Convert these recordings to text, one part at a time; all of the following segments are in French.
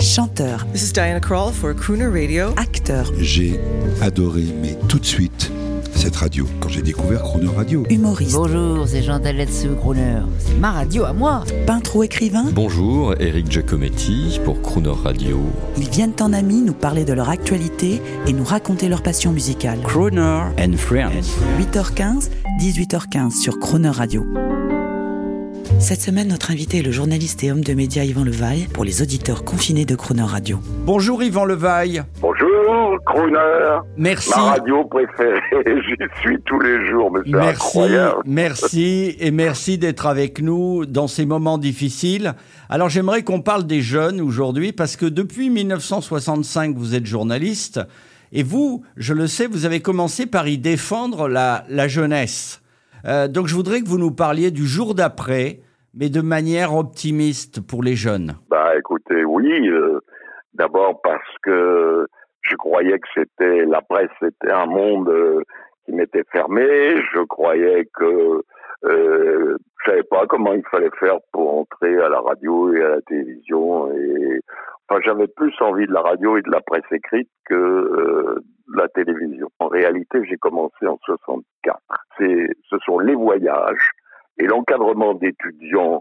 Chanteur. This is Diana Krall for Crooner Radio. Acteur. J'ai adoré, mais tout de suite, cette radio, quand j'ai découvert Crooner Radio. Humoriste. Bonjour, c'est Chantal là-dessous, Crooner. C'est ma radio à moi. Peintre ou écrivain. Bonjour, Eric Giacometti pour Crooner Radio. Ils viennent en amis nous parler de leur actualité et nous raconter leur passion musicale. Crooner and Friends. 8h15, 18h15 sur Crooner Radio. Cette semaine, notre invité est le journaliste et homme de médias Yvan Levaille pour les auditeurs confinés de Crooner Radio. Bonjour Yvan Levaille. Bonjour Crooner. Merci. Ma radio préférée, j'y suis tous les jours, mais c'est incroyable. Merci d'être avec nous dans ces moments difficiles. Alors j'aimerais qu'on parle des jeunes aujourd'hui parce que depuis 1965, vous êtes journaliste et vous, je le sais, vous avez commencé par y défendre la jeunesse. Donc je voudrais que vous nous parliez du jour d'après, mais de manière optimiste pour les jeunes. Écoutez, oui. D'abord parce que je croyais que la presse, c'était un monde qui m'était fermé. Je croyais que je savais pas comment il fallait faire pour entrer à la radio et à la télévision. J'avais plus envie de la radio et de la presse écrite que de la télévision. En réalité, j'ai commencé en 64. Ce sont les voyages et l'encadrement d'étudiants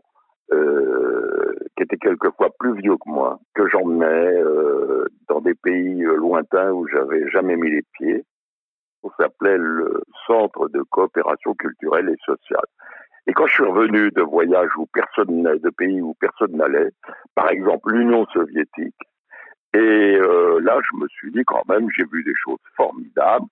qui étaient quelquefois plus vieux que moi, que j'emmenais dans des pays lointains où j'avais jamais mis les pieds. Ça s'appelait le Centre de coopération culturelle et sociale. Et quand je suis revenu de voyages de pays où personne n'allait, par exemple l'Union soviétique, et là je me suis dit quand même, j'ai vu des choses formidables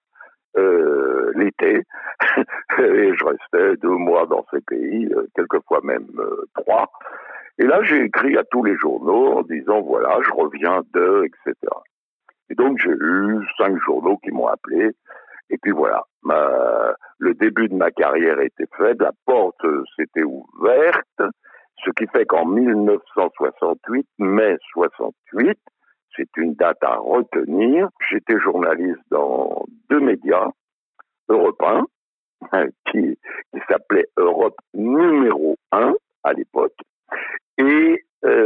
l'été, et je restais 2 mois dans ces pays, quelquefois même 3. Et là j'ai écrit à tous les journaux en disant voilà, je reviens etc. Et donc j'ai eu 5 journaux qui m'ont appelé. Et puis voilà, le début de ma carrière était fait, la porte s'était ouverte, ce qui fait qu'en 1968, mai 68, c'est une date à retenir, j'étais journaliste dans 2 médias, Europe 1, qui s'appelait Europe numéro 1 à l'époque, et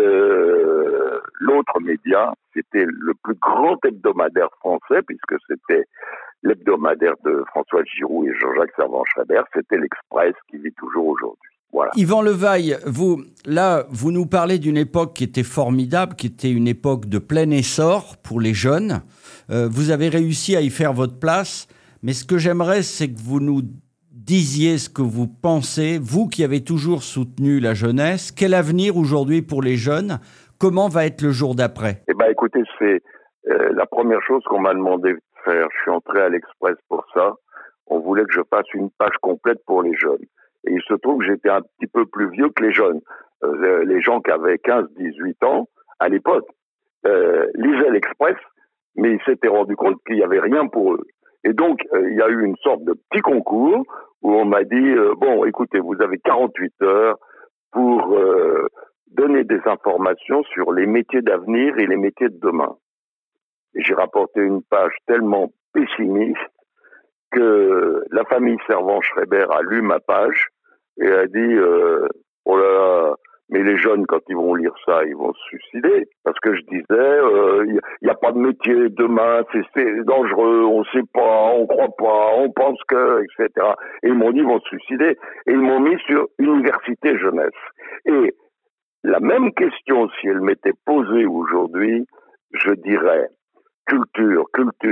l'autre média, c'était le plus grand hebdomadaire français, puisque c'était l'hebdomadaire de François Giroud et Jean-Jacques Servan-Schreiber, c'était l'Express qui vit toujours aujourd'hui. Voilà. Yvan Levaille, vous nous parlez d'une époque qui était formidable, qui était une époque de plein essor pour les jeunes. Vous avez réussi à y faire votre place, mais ce que j'aimerais, c'est que vous nous disiez ce que vous pensez, vous qui avez toujours soutenu la jeunesse. Quel avenir aujourd'hui pour les jeunes ? Comment va être le jour d'après ? Écoutez, c'est la première chose qu'on m'a demandé de faire. Je suis entré à l'Express pour ça. On voulait que je fasse une page complète pour les jeunes. Et il se trouve que j'étais un petit peu plus vieux que les jeunes. Les gens qui avaient 15-18 ans, à l'époque, lisaient l'Express, mais ils s'étaient rendus compte qu'il n'y avait rien pour eux. Et donc, il y a eu une sorte de petit concours où on m'a dit, écoutez, vous avez 48 heures pour donner des informations sur les métiers d'avenir et les métiers de demain. Et j'ai rapporté une page tellement pessimiste que la famille Servan-Schreiber a lu ma page et a dit oh là là, mais les jeunes, quand ils vont lire ça, ils vont se suicider. Parce que je disais, il n'y a pas de métier demain, c'est dangereux, on ne sait pas, on ne croit pas, on pense que, etc. Et ils m'ont dit, ils vont se suicider. Et ils m'ont mis sur université jeunesse. Et la même question, si elle m'était posée aujourd'hui, je dirais culture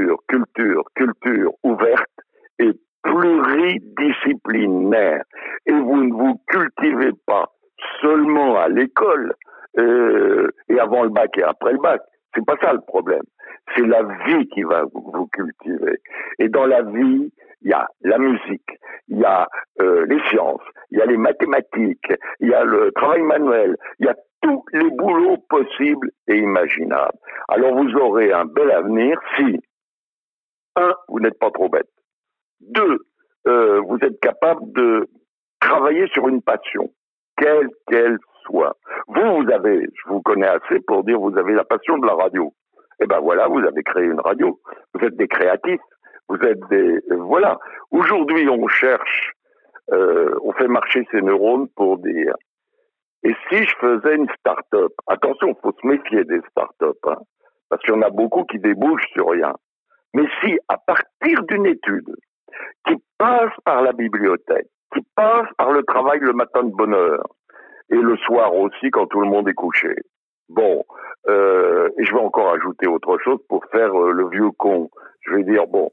ouverte et pluridisciplinaire. Et vous ne vous cultivez pas seulement à l'école et avant le bac et après le bac. C'est pas ça le problème. C'est la vie qui va vous cultiver. Et dans la vie, il y a la musique, il y a les sciences, il y a les mathématiques, il y a le travail manuel, il y a tous les boulots possibles et imaginables. Alors vous aurez un bel avenir si, 1, vous n'êtes pas trop bête. 2, vous êtes capable de travailler sur une passion, quelle qu'elle soit. Je vous connais assez pour dire vous avez la passion de la radio. Et ben voilà, vous avez créé une radio. Vous êtes des créatifs. Vous êtes voilà. Aujourd'hui, on cherche, on fait marcher ses neurones pour dire Et si je faisais une start-up, attention, il faut se méfier des start-up, hein, parce qu'il y en a beaucoup qui débouchent sur rien. Mais si, à partir d'une étude qui passe par la bibliothèque, qui passe par le travail le matin de bonne heure, et le soir aussi quand tout le monde est couché. Bon, et je vais encore ajouter autre chose pour faire le vieux con. Je vais dire, bon,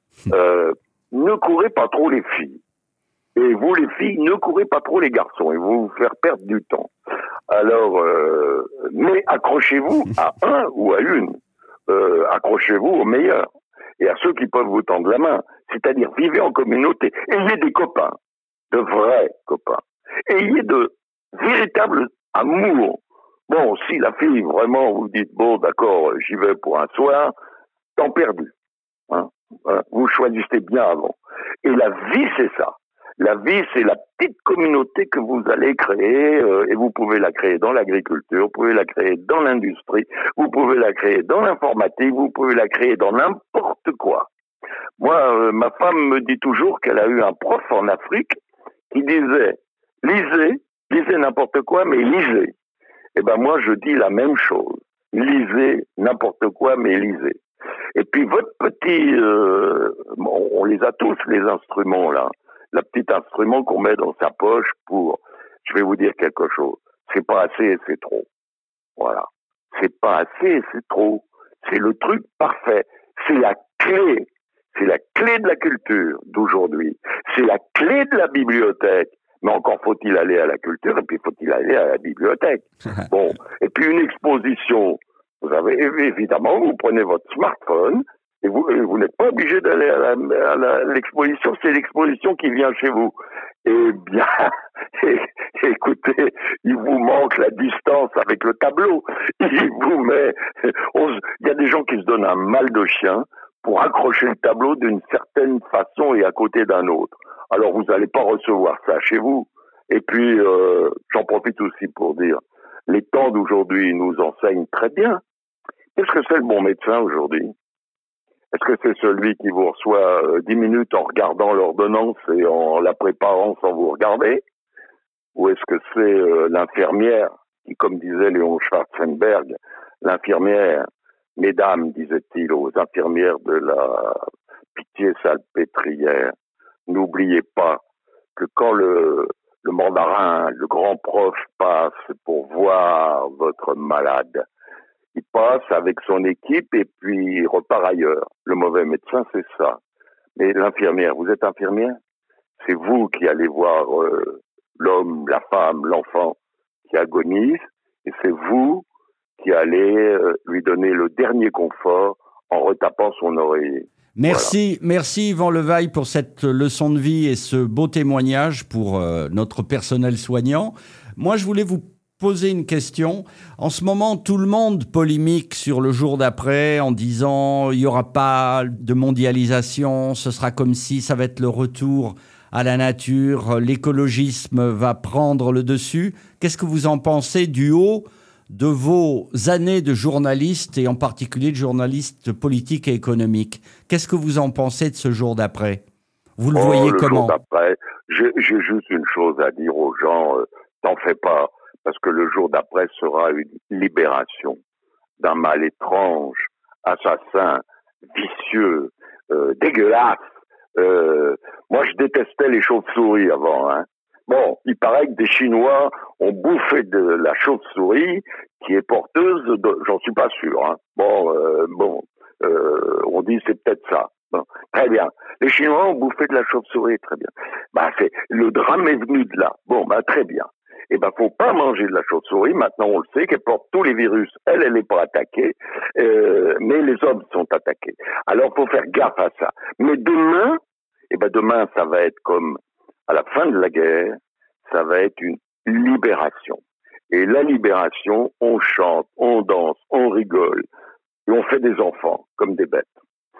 ne courez pas trop les filles. Et vous, les filles, ne courez pas trop les garçons. Ils vont vous faire perdre du temps. Alors, mais accrochez-vous à un ou à une. Accrochez-vous aux meilleurs. Et à ceux qui peuvent vous tendre la main. C'est-à-dire, vivez en communauté. Ayez des copains. De vrais copains. Ayez de véritables amours. Bon, si la fille, vraiment, vous dites, bon, d'accord, j'y vais pour un soir, temps perdu. Hein, vous choisissez bien avant. Et la vie, c'est ça. La vie, c'est la petite communauté que vous allez créer, et vous pouvez la créer dans l'agriculture, vous pouvez la créer dans l'industrie, vous pouvez la créer dans l'informatique, vous pouvez la créer dans n'importe quoi. Moi, ma femme me dit toujours qu'elle a eu un prof en Afrique qui disait, lisez n'importe quoi, mais lisez. Eh ben moi, je dis la même chose. Lisez n'importe quoi, mais lisez. Et puis votre petit, on les a tous, les instruments là. Le petit instrument qu'on met dans sa poche pour, je vais vous dire quelque chose, c'est pas assez et c'est trop. Voilà. C'est pas assez et c'est trop. C'est le truc parfait. C'est la clé. C'est la clé de la culture d'aujourd'hui. C'est la clé de la bibliothèque. Mais encore faut-il aller à la culture et puis faut-il aller à la bibliothèque. Bon. Et puis une exposition. Vous avez, évidemment, vous prenez votre smartphone et vous n'êtes pas obligé d'aller à l'exposition, c'est l'exposition qui vient chez vous. Eh bien, écoutez, il vous manque la distance avec le tableau. Il vous met, il y a des gens qui se donnent un mal de chien pour accrocher le tableau d'une certaine façon et à côté d'un autre. Alors vous n'allez pas recevoir ça chez vous. Et puis, j'en profite aussi pour dire, les temps d'aujourd'hui nous enseignent très bien. Qu'est-ce que c'est le bon médecin aujourd'hui ? Est-ce que c'est celui qui vous reçoit 10 minutes en regardant l'ordonnance et en la préparant sans vous regarder ? Ou est-ce que c'est l'infirmière qui, comme disait Léon Schwarzenberg, l'infirmière, mesdames, disait-il aux infirmières de la Pitié-Salpêtrière, n'oubliez pas que quand le mandarin, le grand prof passe pour voir votre malade, il passe avec son équipe et puis il repart ailleurs. Le mauvais médecin, c'est ça. Mais l'infirmière, vous êtes infirmière ? C'est vous qui allez voir l'homme, la femme, l'enfant qui agonise et c'est vous qui allez lui donner le dernier confort en retapant son oreiller. Merci, voilà. Merci Yvan Levaille pour cette leçon de vie et ce beau témoignage pour notre personnel soignant. Moi, je voulais vous poser une question. En ce moment, tout le monde polémique sur le jour d'après en disant il n'y aura pas de mondialisation, ce sera comme si ça va être le retour à la nature, l'écologisme va prendre le dessus. Qu'est-ce que vous en pensez du haut de vos années de journaliste et en particulier de journaliste politique et économique? Qu'est-ce que vous en pensez de ce jour d'après? Vous le voyez comment? Le jour d'après, j'ai juste une chose à dire aux gens, t'en fais pas. Parce que le jour d'après sera une libération d'un mal étrange, assassin, vicieux, dégueulasse. Moi, je détestais les chauves-souris avant. Hein. Bon, il paraît que des Chinois ont bouffé de la chauve-souris qui est porteuse de... J'en suis pas sûr. Hein. Bon, on dit c'est peut-être ça. Bon, très bien. Les Chinois ont bouffé de la chauve-souris, très bien. Le drame est venu de là. Bon, très bien. Faut pas manger de la chauve-souris. Maintenant, on le sait qu'elle porte tous les virus. Elle n'est pas attaquée, mais les hommes sont attaqués. Alors, faut faire gaffe à ça. Mais demain, demain, ça va être comme à la fin de la guerre, ça va être une libération. Et la libération, on chante, on danse, on rigole, et on fait des enfants comme des bêtes.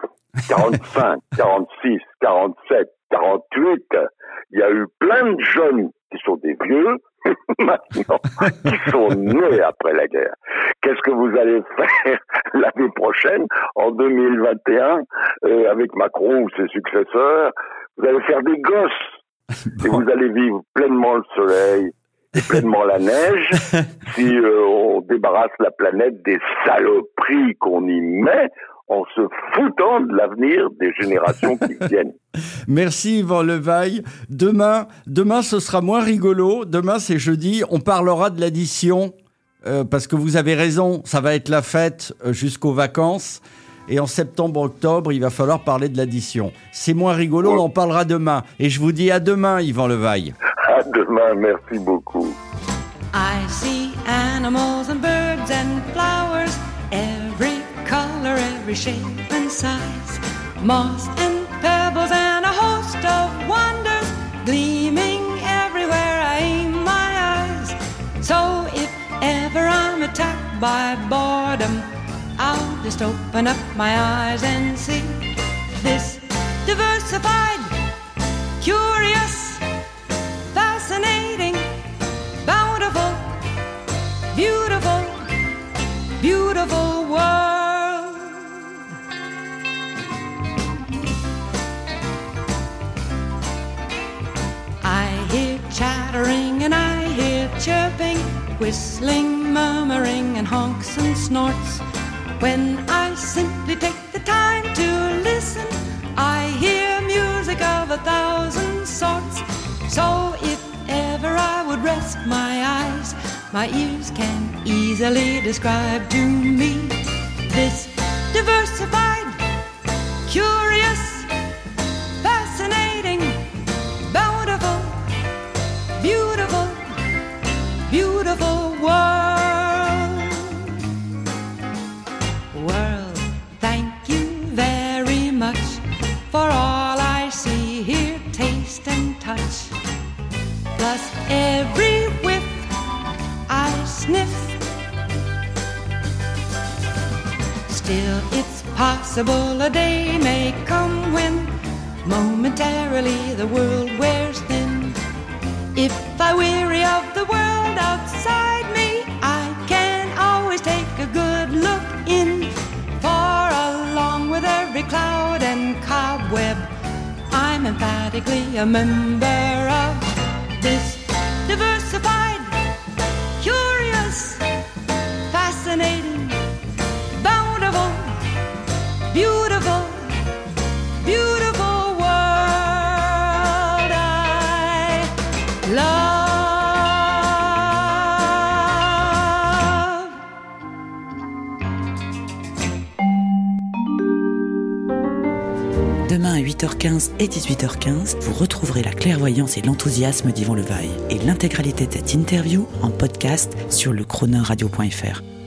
45, 46, 47, 48, il y a eu plein de jeunes qui sont des vieux, maintenant, qui sont nés après la guerre. Qu'est-ce que vous allez faire l'année prochaine, en 2021, avec Macron ou ses successeurs? Vous allez faire des gosses, et vous allez vivre pleinement le soleil, c'est pleinement la neige. Si on débarrasse la planète des saloperies qu'on y met, en se foutant de l'avenir des générations qui viennent. Merci Yvan Levaille. Demain, ce sera moins rigolo. Demain, c'est jeudi. On parlera de l'addition, parce que vous avez raison, ça va être la fête jusqu'aux vacances. Et en septembre-octobre, il va falloir parler de l'addition. C'est moins rigolo, on en parlera demain. Et je vous dis à demain, Yvan Levaille. À demain, merci beaucoup. I see animals and birds and flowers, every color, every shape and size, moss and pebbles and a host of wonders, gleaming everywhere I aim my eyes. So if ever I'm attacked by boredom, I'll just open up my eyes and see this diversified, curious, fascinating, bountiful, beautiful, beautiful world. I hear chattering and I hear chirping, whistling, murmuring and honks and snorts. When I simply take the time to listen, I hear music of 1,000 sorts. So if ever I would rest my eyes, my ears can easily describe to me this diversified, curious, fascinating, bountiful, beautiful, beautiful world. World, thank you very much for all I see, hear, taste and touch. Plus every whiff I sniff. Still it's possible a day may come when momentarily the world wears thin. If I weary of the world outside me, I can always take a good look in. For along with every cloud and cobweb, I'm emphatically a member of this diversified, curious, fascinating, bountiful, beautiful, beautiful world I love. Demain à 8h15 et 18h15, vous retrouverez la clairvoyance et l'enthousiasme d'Yvan Levaille et l'intégralité de cette interview en podcast sur lecroneurradio.fr.